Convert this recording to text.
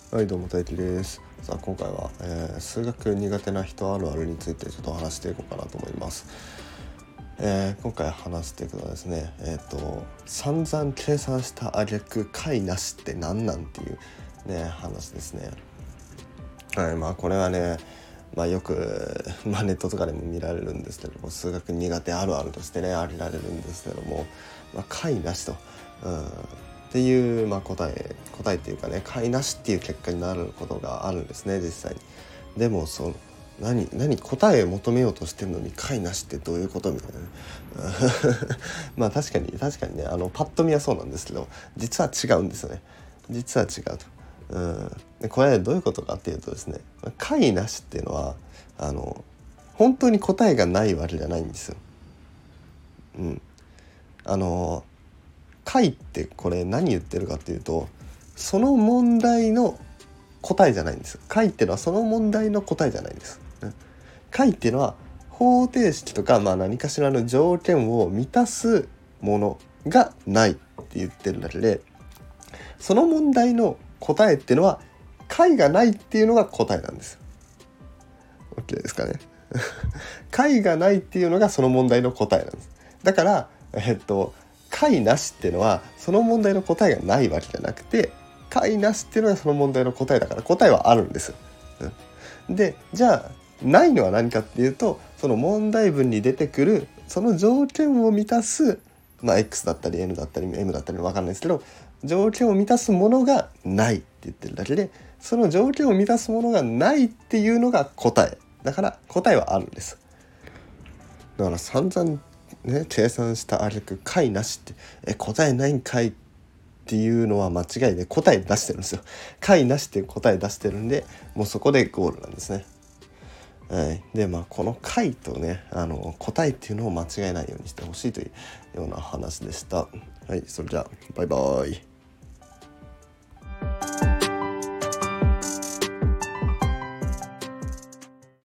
はい、どうも大輝です。さあ今回は、数学苦手な人あるあるについてちょっと話していこうかなと思います。今回話していくのはですね、散々計算した挙句解なしって何なんっていうね話ですね。はい、これはね、よく、ネットとかでも見られるんですけども、数学苦手あるあるとしてね挙げられるんですけども、解なしと、っていう、答えっていうかね、解なしっていう結果になることがあるんですね、実際に。でも何答えを求めようとしてるのに解なしってどういうことみたいな確かにね、パッと見はそうなんですけど、実は違うんですよね。実は違うと。でこれどういうことかっていうとですね、解なしっていうのは本当に答えがないわけじゃないんですよ。解ってこれ何言ってるかっていうと、その問題の答えじゃないんです。解っていうのはその問題の答えじゃないんです。解っていうのは方程式とか、何かしらの条件を満たすものがないって言ってるだけで、その問題の答えっていうのは解がないっていうのが答えなんです。 OK ですかね。解がないっていうのがその問題の答えなんです。だから解なしっていうのはその問題の答えがないわけじゃなくて、解なしっていうのがその問題の答えだから答えはあるんです。でじゃあないのは何かっていうと、その問題文に出てくるその条件を満たす、X だったり N だったり M だったり分かんないですけど、条件を満たすものがないって言ってるだけで、その条件を満たすものがないっていうのが答えだから、答えはあるんです。だから散々ね計算した挙句解なしって答えないんかいっていうのは間違いで、答え出してるんですよ。解なしっていう答え出してるんで、もうそこでゴールなんですね。はい、でこの解とね答えっていうのを間違えないようにしてほしいというような話でした。はい、それじゃあバイバイ。